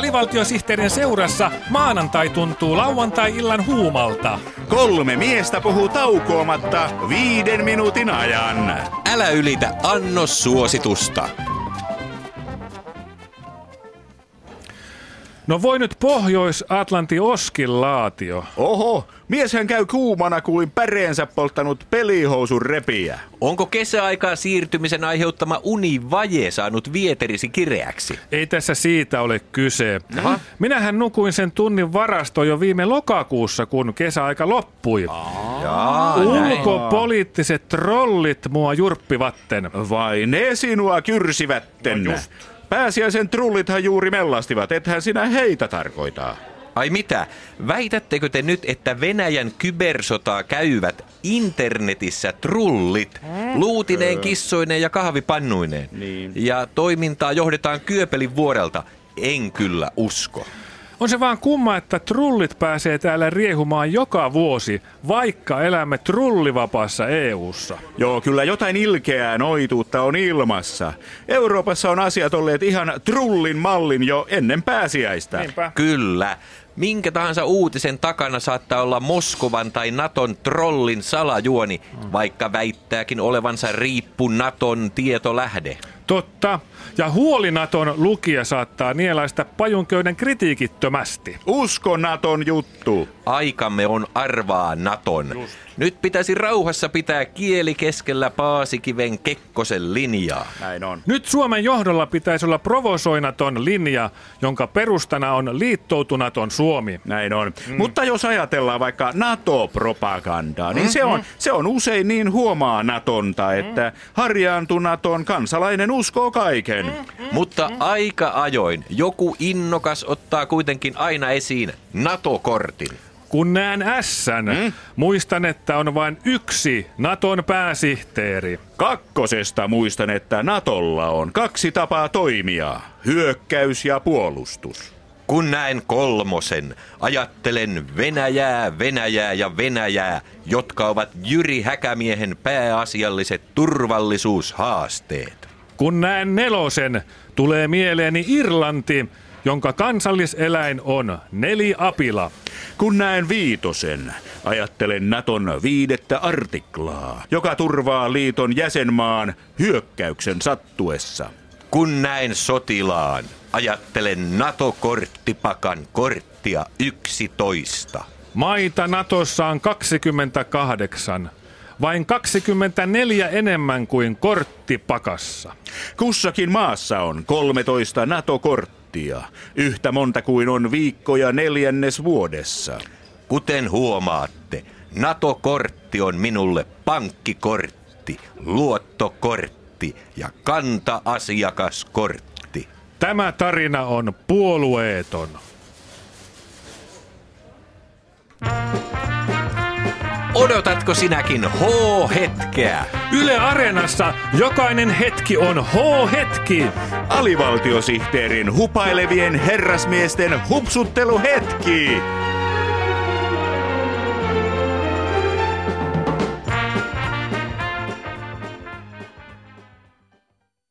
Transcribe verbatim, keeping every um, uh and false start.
Alivaltiosihteerin seurassa maanantai tuntuu lauantai-illan huumalta. Kolme miestä puhuu taukoamatta viiden minuutin ajan. Älä ylitä annossuositusta. No voi nyt Pohjois-Atlantin oskillaatio. Oho, mieshän käy kuumana kuin päreensä polttanut pelihousun repiä. Onko kesäaikaa siirtymisen aiheuttama univaje saanut vieterisi kireäksi? Ei tässä siitä ole kyse. Aha. Minähän nukuin sen tunnin varasto jo viime lokakuussa, kun kesäaika loppui. Jaa, Ulkopoliittiset trollit mua jurppivatten. Vai ne sinua kyrsivätten? No pääsiäisen trullithan juuri mellastivat, ethän sinä heitä tarkoita. Ai mitä? Väitättekö te nyt, että Venäjän kybersotaa käyvät internetissä trullit, mm. luutineen, kissoineen ja kahvipannuineen? Niin. Ja toimintaa johdetaan Kyöpelin vuorelta? En kyllä usko. On se vaan kumma, että trullit pääsee täällä riehumaan joka vuosi, vaikka elämme trullivapaassa E U:ssa. Joo, kyllä jotain ilkeää noituutta on ilmassa. Euroopassa on asiat olleet ihan trullin mallin jo ennen pääsiäistä. Niinpä. Kyllä. Minkä tahansa uutisen takana saattaa olla Moskovan tai Naton trollin salajuoni, vaikka väittääkin olevansa riippu Naton tietolähde. Totta. Ja huoli Naton lukija saattaa nielaista pajunköyden kritiikittömästi. Usko Naton juttu. Aikamme on arvaa Naton. Just. Nyt pitäisi rauhassa pitää kieli keskellä Paasikiven Kekkosen linjaa. Näin on. Nyt Suomen johdolla pitäisi olla provosoinaton linja, jonka perustana on liittoutunaton Suomi. Näin on. Mm. Mutta jos ajatellaan vaikka NATO-propagandaa, niin mm-hmm. se, on, se on usein niin huomaa Natonta, että harjaantunaton kansalainen uskoo kaiken. Mm-hmm. Mutta aika ajoin joku innokas ottaa kuitenkin aina esiin NATO-kortin. Kun näen Ässän, mm? muistan, että on vain yksi Naton pääsihteeri. Kakkosesta muistan, että Natolla on kaksi tapaa toimia, hyökkäys ja puolustus. Kun näen kolmosen, ajattelen Venäjää, Venäjää ja Venäjää, jotka ovat Jyri Häkämiehen pääasialliset turvallisuushaasteet. Kun näen nelosen, tulee mieleeni Irlanti, jonka kansalliseläin on neliapila. Kun näen viitosen, ajattelen Naton viidettä artiklaa, joka turvaa liiton jäsenmaan hyökkäyksen sattuessa. Kun näen sotilaan, ajattelen NATO-korttipakan korttia yksitoista. Maita Natossa on kaksikymmentäkahdeksan. Vain kaksikymmentäneljä enemmän kuin korttipakassa. Kussakin maassa on kolmetoista NATO-korttia, yhtä monta kuin on viikkoja neljännes vuodessa. Kuten huomaatte, NATO-kortti on minulle pankkikortti, luottokortti ja kanta-asiakaskortti. Tämä tarina on puolueeton. Odotatko sinäkin H-hetkeä? Yle Areenassa jokainen hetki on H-hetki. Alivaltiosihteerin hupailevien herrasmiesten hupsutteluhetki.